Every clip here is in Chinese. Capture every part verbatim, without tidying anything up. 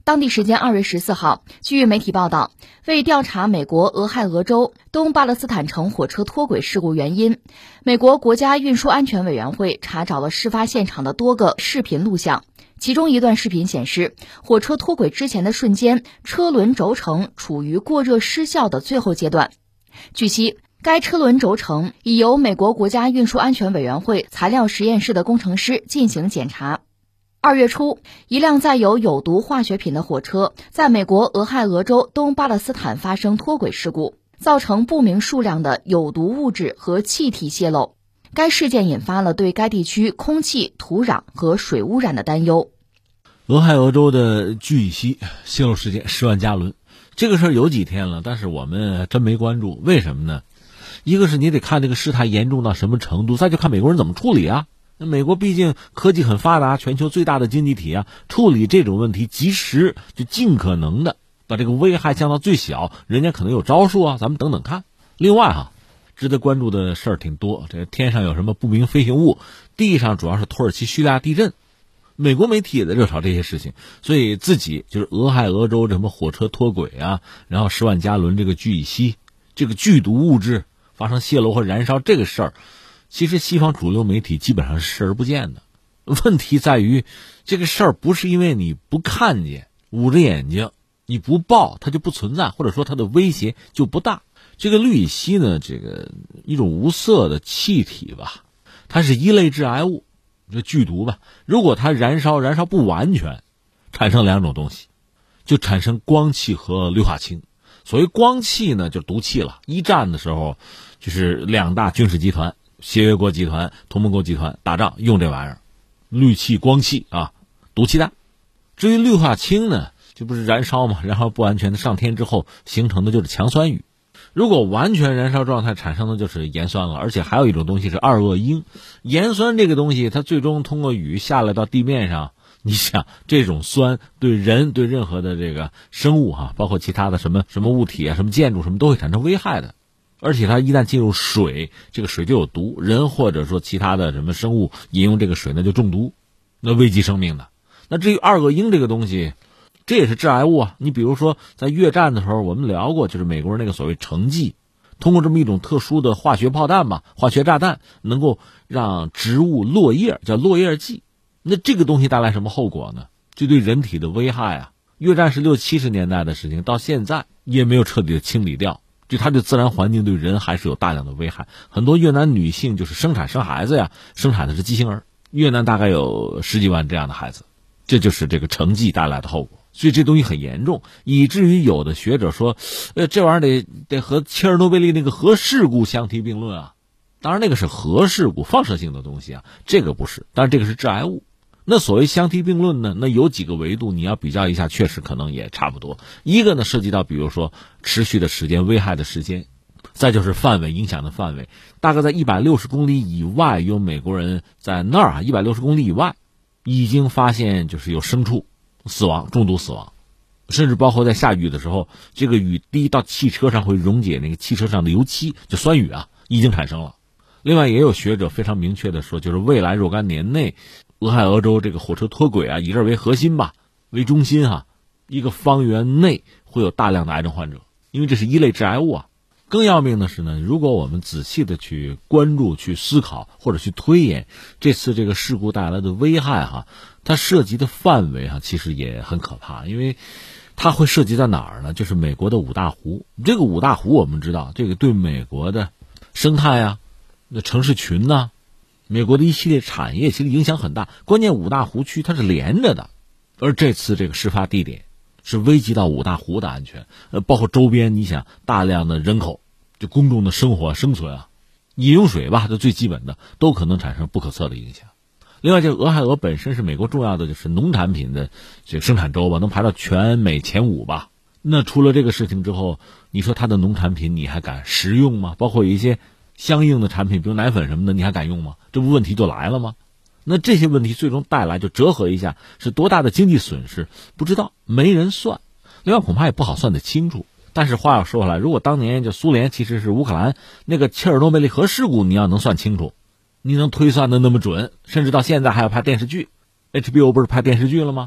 当地时间二月十四号，据媒体报道，为调查美国俄亥俄州东巴勒斯坦城火车脱轨事故原因，美国国家运输安全委员会查找了事发现场的多个视频录像。其中一段视频显示，火车脱轨之前的瞬间，车轮轴承处于过热失效的最后阶段。据悉，该车轮轴承已由美国国家运输安全委员会材料实验室的工程师进行检查。二月初，一辆载有有毒化学品的火车在美国俄亥俄州东巴勒斯坦发生脱轨事故，造成不明数量的有毒物质和气体泄漏。该事件引发了对该地区空气、土壤和水污染的担忧。 俄亥俄州的聚乙烯泄漏事件十万加仑，这个事儿有几天了，但是我们真没关注。为什么呢？一个是你得看这个事态严重到什么程度，再就看美国人怎么处理啊。那美国毕竟科技很发达，全球最大的经济体啊，处理这种问题及时，就尽可能的把这个危害降到最小，人家可能有招数啊，咱们等等看。另外哈，值得关注的事儿挺多，这天上有什么不明飞行物，地上主要是土耳其叙利亚地震，美国媒体也在热炒这些事情，所以自己就是俄亥俄州什么火车脱轨啊，然后十万加仑这个聚乙烯这个剧毒物质发生泄漏和燃烧这个事儿，其实西方主流媒体基本上是视而不见的。问题在于这个事儿不是因为你不看见捂着眼睛你不报它就不存在，或者说它的威胁就不大。这个氯乙烯呢，这个一种无色的气体吧，它是一类致癌物，这剧毒吧。如果它燃烧燃烧不完全，产生两种东西，就产生光气和氯化氢。所谓光气呢，就是毒气了。一战的时候，就是两大军事集团，协约国集团、同盟国集团打仗用这玩意儿，氯气、光气啊，毒气弹。至于氯化氢呢，就不是燃烧嘛，燃烧不完全的上天之后形成的就是强酸雨。如果完全燃烧状态产生的就是盐酸了，而且还有一种东西是二恶英。盐酸这个东西它最终通过雨下来到地面上，你想这种酸对人对任何的这个生物哈、啊，包括其他的什么什么物体啊，什么建筑什么都会产生危害的。而且它一旦进入水，这个水就有毒，人或者说其他的什么生物饮用这个水呢就中毒，那危及生命的。那至于二恶英这个东西，这也是致癌物啊！你比如说，在越战的时候，我们聊过，就是美国人那个所谓橙剂，通过这么一种特殊的化学炮弹吧，化学炸弹，能够让植物落叶，叫落叶剂。那这个东西带来什么后果呢？这对人体的危害啊，越战是六七十年代的事情，到现在也没有彻底的清理掉。就它对自然环境对人还是有大量的危害。很多越南女性就是生产生孩子呀，生产的是畸形儿。越南大概有十几万这样的孩子，这就是这个橙剂带来的后果。所以这东西很严重，以至于有的学者说，呃，这玩意儿得得和切尔诺贝利那个核事故相提并论啊。当然那个是核事故，放射性的东西啊，这个不是。当然这个是致癌物。那所谓相提并论呢，那有几个维度你要比较一下，确实可能也差不多。一个呢涉及到比如说持续的时间、危害的时间，再就是范围影响的范围。大概在一百六十公里以外，有美国人在那儿啊，一百六十公里以外已经发现就是有牲畜死亡、中毒死亡，甚至包括在下雨的时候，这个雨滴到汽车上会溶解那个汽车上的油漆，就酸雨啊，已经产生了。另外也有学者非常明确的说，就是未来若干年内，俄亥俄州这个火车脱轨啊，以这儿为核心吧，为中心哈、啊，一个方圆内会有大量的癌症患者，因为这是一类致癌物啊。更要命的是呢，如果我们仔细的去关注、去思考或者去推演这次这个事故带来的危害哈、啊，它涉及的范围哈、啊，其实也很可怕，因为它会涉及到哪儿呢？就是美国的五大湖。这个五大湖我们知道，这个对美国的生态啊、那城市群呐、啊、美国的一系列产业其实影响很大。关键五大湖区它是连着的，而这次这个事发地点是危及到五大湖的安全，呃，包括周边，你想大量的人口，就公众的生活生存啊，饮用水吧，这最基本的都可能产生不可测的影响。另外，这个俄亥俄本身是美国重要的就是农产品的这个生产州吧，能排到全美前五吧。那除了这个事情之后，你说它的农产品你还敢食用吗？包括有一些相应的产品，比如奶粉什么的，你还敢用吗？这不问题就来了吗？那这些问题最终带来，就折合一下是多大的经济损失，不知道，没人算。另外恐怕也不好算得清楚。但是话要说回来，如果当年就苏联其实是乌克兰那个切尔诺贝利核事故，你要能算清楚，你能推算的那么准，甚至到现在还要拍电视剧 ，H B O 不是拍电视剧了吗？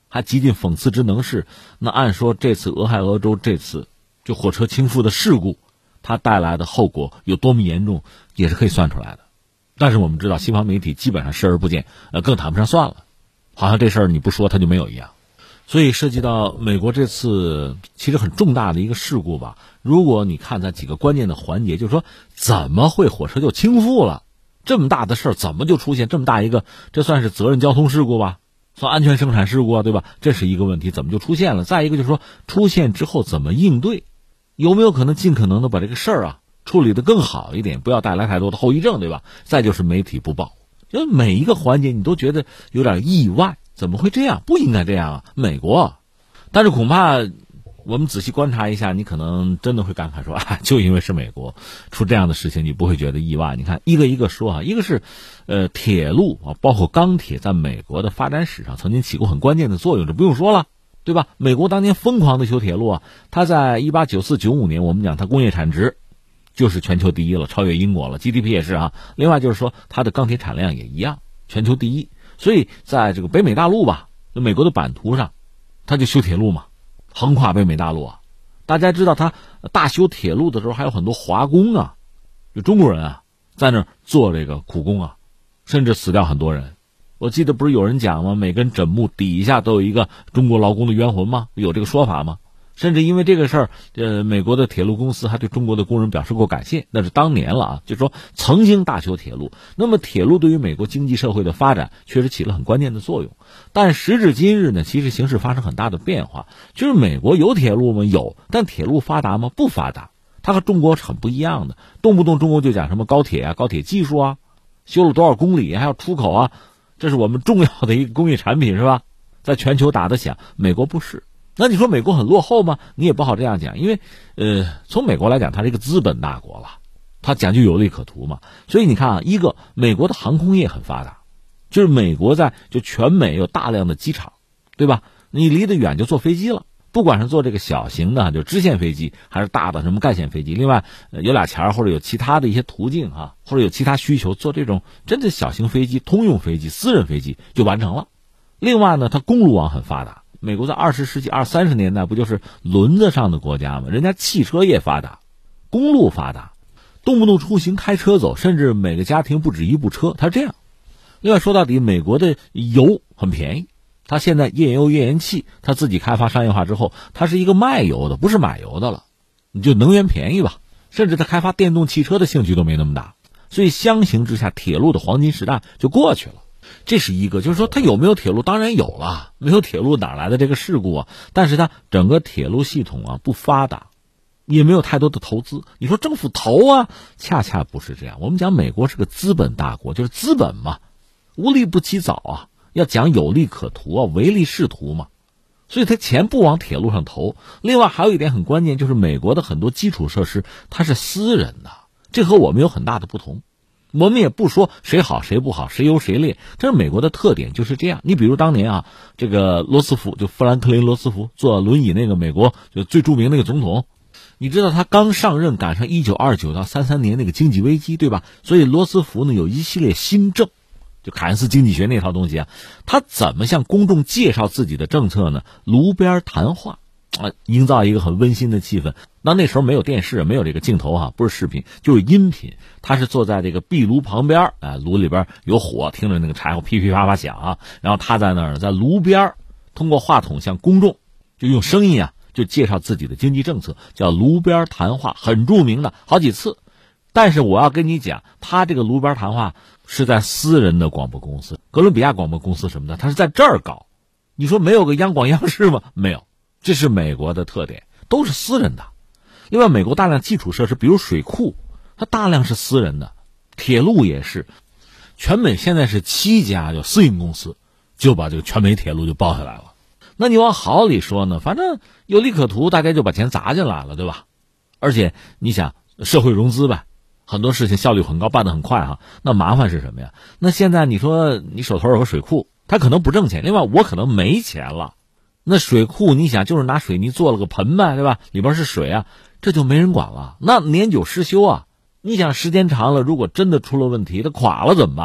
还极尽讽刺之能事。那按说这次俄亥俄州这次就火车倾覆的事故，它带来的后果有多么严重，也是可以算出来的。但是我们知道西方媒体基本上视而不见，呃，更谈不上算了，好像这事儿你不说它就没有一样。所以涉及到美国这次其实很重大的一个事故吧，如果你看它几个关键的环节，就是说怎么会火车就倾覆了，这么大的事儿怎么就出现这么大一个，这算是责任交通事故吧，算安全生产事故啊，对吧？这是一个问题，怎么就出现了？再一个就是说出现之后怎么应对，有没有可能尽可能的把这个事儿啊处理得更好一点，不要带来太多的后遗症，对吧？再就是媒体不报，就每一个环节你都觉得有点意外，怎么会这样？不应该这样啊，美国。但是恐怕我们仔细观察一下，你可能真的会感慨说，啊，就因为是美国出这样的事情，你不会觉得意外。你看一个一个说啊，一个是呃铁路啊，包括钢铁在美国的发展史上曾经起过很关键的作用，这不用说了，对吧？美国当年疯狂的修铁路啊，它在一八九四九五年，我们讲它工业产值就是全球第一了，超越英国了， G D P 也是啊。另外就是说它的钢铁产量也一样，全球第一。所以在这个北美大陆吧，就美国的版图上，它就修铁路嘛，横跨北美大陆啊。大家知道它大修铁路的时候还有很多华工啊，就中国人啊在那儿做这个苦工啊，甚至死掉很多人。我记得不是有人讲吗？每根枕木底下都有一个中国劳工的冤魂吗？有这个说法吗？甚至因为这个事儿，呃，美国的铁路公司还对中国的工人表示过感谢，那是当年了啊，就是说曾经大修铁路。那么铁路对于美国经济社会的发展确实起了很关键的作用。但时至今日呢，其实形势发生很大的变化，就是美国有铁路吗？有，但铁路发达吗？不发达。它和中国是很不一样的，动不动中国就讲什么高铁啊、高铁技术啊，修了多少公里还要出口啊，这是我们重要的一个工业产品，是吧？在全球打得响。美国不是。那你说美国很落后吗？你也不好这样讲，因为呃，从美国来讲，它是一个资本大国了，它讲究有利可图嘛。所以你看啊，一个美国的航空业很发达，就是美国在就全美有大量的机场，对吧？你离得远就坐飞机了，不管是坐这个小型的就支线飞机，还是大的什么干线飞机，另外、呃、有俩钱或者有其他的一些途径哈、啊，或者有其他需求，做这种真的小型飞机、通用飞机、私人飞机就完成了。另外呢，它公路网很发达。美国在二十世纪二三十年代不就是轮子上的国家吗？人家汽车业发达，公路发达，动不动出行开车走，甚至每个家庭不止一部车，它是这样。另外说到底，美国的油很便宜，它现在页油页岩气它自己开发商业化之后，它是一个卖油的，不是买油的了，你就能源便宜吧。甚至它开发电动汽车的兴趣都没那么大，所以相形之下，铁路的黄金时代就过去了。这是一个，就是说它有没有铁路？当然有了，没有铁路哪来的这个事故啊？但是它整个铁路系统啊不发达，也没有太多的投资。你说政府投啊，恰恰不是这样。我们讲美国是个资本大国，就是资本嘛，无利不起早啊，要讲有利可图啊，唯利是图嘛。所以它钱不往铁路上投。另外还有一点很关键，就是美国的很多基础设施它是私人的，这和我们有很大的不同。我们也不说谁好谁不好，谁优谁劣，这是美国的特点，就是这样。你比如当年啊，这个罗斯福，就富兰克林·罗斯福坐轮椅那个美国就最著名那个总统，你知道他刚上任赶上一九二九到三三年那个经济危机，对吧？所以罗斯福呢有一系列新政，就凯恩斯经济学那套东西啊，他怎么向公众介绍自己的政策呢？炉边谈话啊，营造一个很温馨的气氛。那那时候没有电视，没有这个镜头啊，不是视频就是音频。他是坐在这个壁炉旁边，哎，炉里边有火，听着那个柴火噼噼啪啪响啊，然后他在那儿在炉边通过话筒向公众就用声音啊就介绍自己的经济政策，叫炉边谈话，很著名的好几次。但是我要跟你讲，他这个炉边谈话是在私人的广播公司，哥伦比亚广播公司什么的，他是在这儿搞。你说没有个央广央视吗？没有，这是美国的特点，都是私人的。另外美国大量基础设施，比如水库，它大量是私人的，铁路也是。全美现在是七家就私营公司就把这个全美铁路就包下来了。那你往好里说呢，反正有利可图，大家就把钱砸进来了，对吧？而且你想社会融资呗，很多事情效率很高，办得很快哈。那麻烦是什么呀？那现在你说你手头有个水库，它可能不挣钱，另外我可能没钱了，那水库你想就是拿水泥做了个盆呗，对吧？里边是水啊，这就没人管了，那年久失修啊。你想时间长了，如果真的出了问题，它垮了怎么办？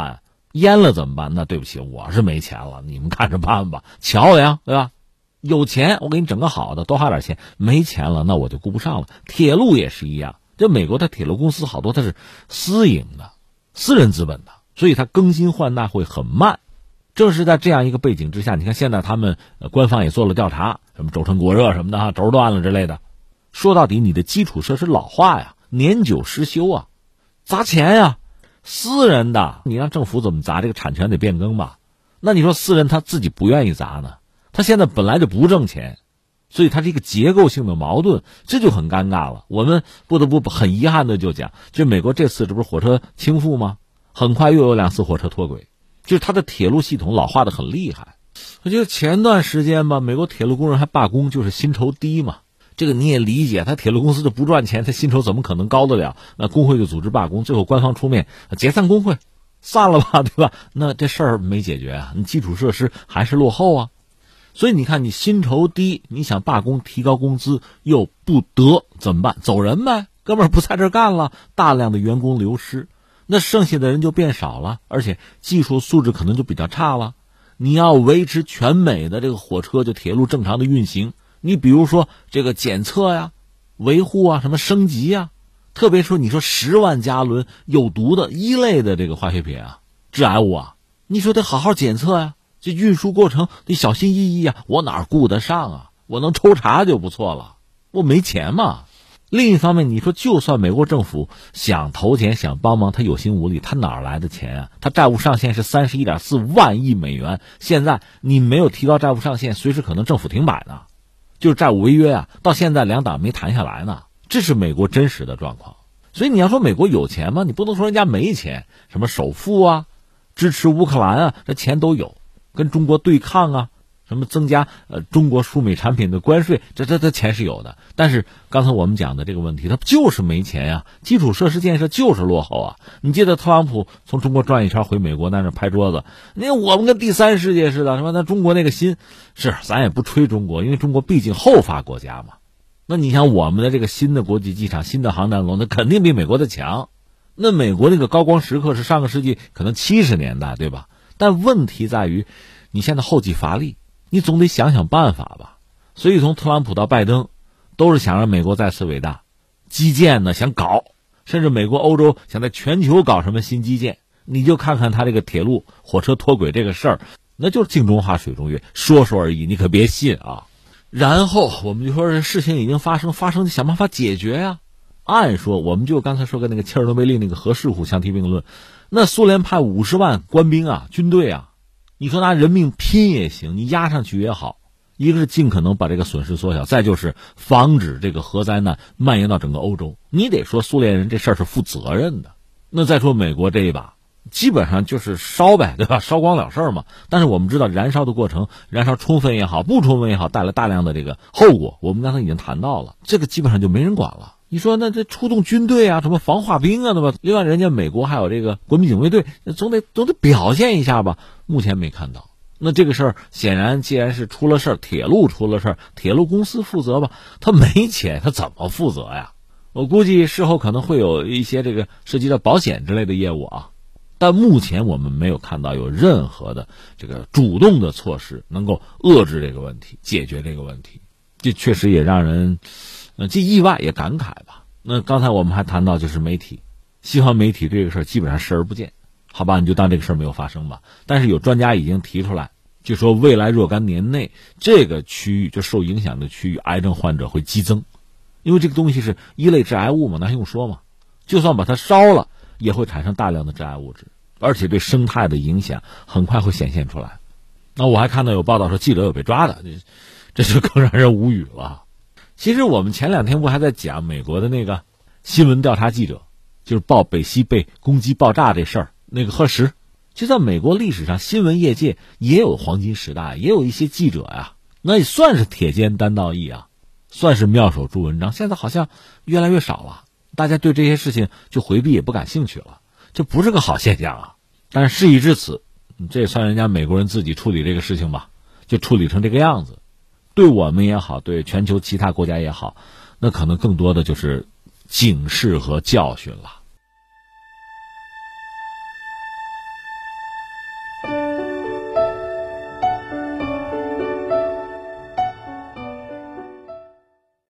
淹了怎么办？那对不起，我是没钱了，你们看着办吧。桥梁对吧？有钱我给你整个好的，多花点钱。没钱了，那我就顾不上了。铁路也是一样，这美国的铁路公司好多它是私营的，私人资本的，所以它更新换代会很慢。正是在这样一个背景之下，你看现在他们、呃、官方也做了调查，什么轴承过热什么的哈，轴断了之类的。说到底，你的基础设施老化呀，年久失修啊，砸钱呀，私人的，你让政府怎么砸？这个产权得变更吧？那你说私人他自己不愿意砸呢？他现在本来就不挣钱，所以他是一个结构性的矛盾，这就很尴尬了。我们不得不很遗憾的就讲，就美国这次这不是火车倾覆吗？很快又有两次火车脱轨，就是它的铁路系统老化的很厉害。我觉得前段时间吧，美国铁路工人还罢工，就是薪酬低嘛。这个你也理解，他铁路公司就不赚钱，他薪酬怎么可能高得了？那工会就组织罢工，最后官方出面解散工会，散了吧，对吧？那这事儿没解决啊，你基础设施还是落后啊。所以你看，你薪酬低，你想罢工提高工资又不得，怎么办？走人呗，哥们儿不在这儿干了，大量的员工流失，那剩下的人就变少了，而且技术素质可能就比较差了。你要维持全美的这个火车就铁路正常的运行，你比如说这个检测呀、维护啊、什么升级呀，特别说你说十万加仑有毒的一类的这个化学品啊、致癌物啊，你说得好好检测呀。这运输过程得小心翼翼啊，我哪顾得上啊？我能抽查就不错了，我没钱嘛。另一方面，你说就算美国政府想投钱想帮忙，他有心无力，他哪来的钱啊？他债务上限是 三十一点四万亿美元，现在你没有提高债务上限，随时可能政府停摆呢，就是债务违约啊，到现在两党没谈下来呢，这是美国真实的状况。所以你要说美国有钱吗？你不能说人家没钱，什么首富啊，支持乌克兰啊，这钱都有。跟中国对抗啊，什么增加呃中国输美产品的关税，这这这钱是有的。但是刚才我们讲的这个问题，它就是没钱呀、啊，基础设施建设就是落后啊。你记得特朗普从中国转一圈回美国，在那拍桌子，你看我们跟第三世界似的，什么？那中国那个心是，咱也不吹中国，因为中国毕竟后发国家嘛。那你像我们的这个新的国际机场、新的航站楼，那肯定比美国的强。那美国那个高光时刻是上个世纪可能七十年代，对吧？但问题在于，你现在后继乏力，你总得想想办法吧。所以从特朗普到拜登，都是想让美国再次伟大，基建呢想搞，甚至美国、欧洲想在全球搞什么新基建。你就看看他这个铁路、火车脱轨这个事儿，那就是镜中花水中月，说说而已，你可别信啊。然后我们就说这事情已经发生，发生就想办法解决呀、啊。按说我们就刚才说跟那个切尔诺贝利那个核事故相提并论。那苏联派五十万官兵啊，军队啊，你说拿人命拼也行，你压上去也好。一个是尽可能把这个损失缩小，再就是防止这个核灾难蔓延到整个欧洲。你得说苏联人这事儿是负责任的。那再说美国这一把，基本上就是烧呗，对吧？烧光了事儿嘛。但是我们知道燃烧的过程，燃烧充分也好，不充分也好，带来大量的这个后果。我们刚才已经谈到了，这个基本上就没人管了。你说那这出动军队啊，什么防化兵啊，对吧？另外人家美国还有这个国民警卫队，总得总得表现一下吧。目前没看到。那这个事儿显然既然是出了事儿，铁路出了事儿，铁路公司负责吧？他没钱，他怎么负责呀？我估计事后可能会有一些这个涉及到保险之类的业务啊，但目前我们没有看到有任何的这个主动的措施能够遏制这个问题，解决这个问题。这确实也让人呃既意外也感慨吧。那刚才我们还谈到就是媒体，西方媒体对这个事儿基本上视而不见，好吧，你就当这个事儿没有发生吧。但是有专家已经提出来，就说未来若干年内这个区域就受影响的区域癌症患者会激增，因为这个东西是一类致癌物嘛，那还用说嘛？就算把它烧了，也会产生大量的致癌物质，而且对生态的影响很快会显现出来。那我还看到有报道说记者有被抓的，这这就更让人无语了。其实我们前两天不还在讲美国的那个新闻调查记者，就是报北溪被攻击爆炸这事儿，那个赫什，就在美国历史上新闻业界也有黄金时代，也有一些记者呀，那也算是铁肩担道义啊，算是妙手著文章。现在好像越来越少了，大家对这些事情就回避也不感兴趣了，这不是个好现象啊。但是事已至此，这也算人家美国人自己处理这个事情吧，就处理成这个样子。对我们也好，对全球其他国家也好，那可能更多的就是警示和教训了。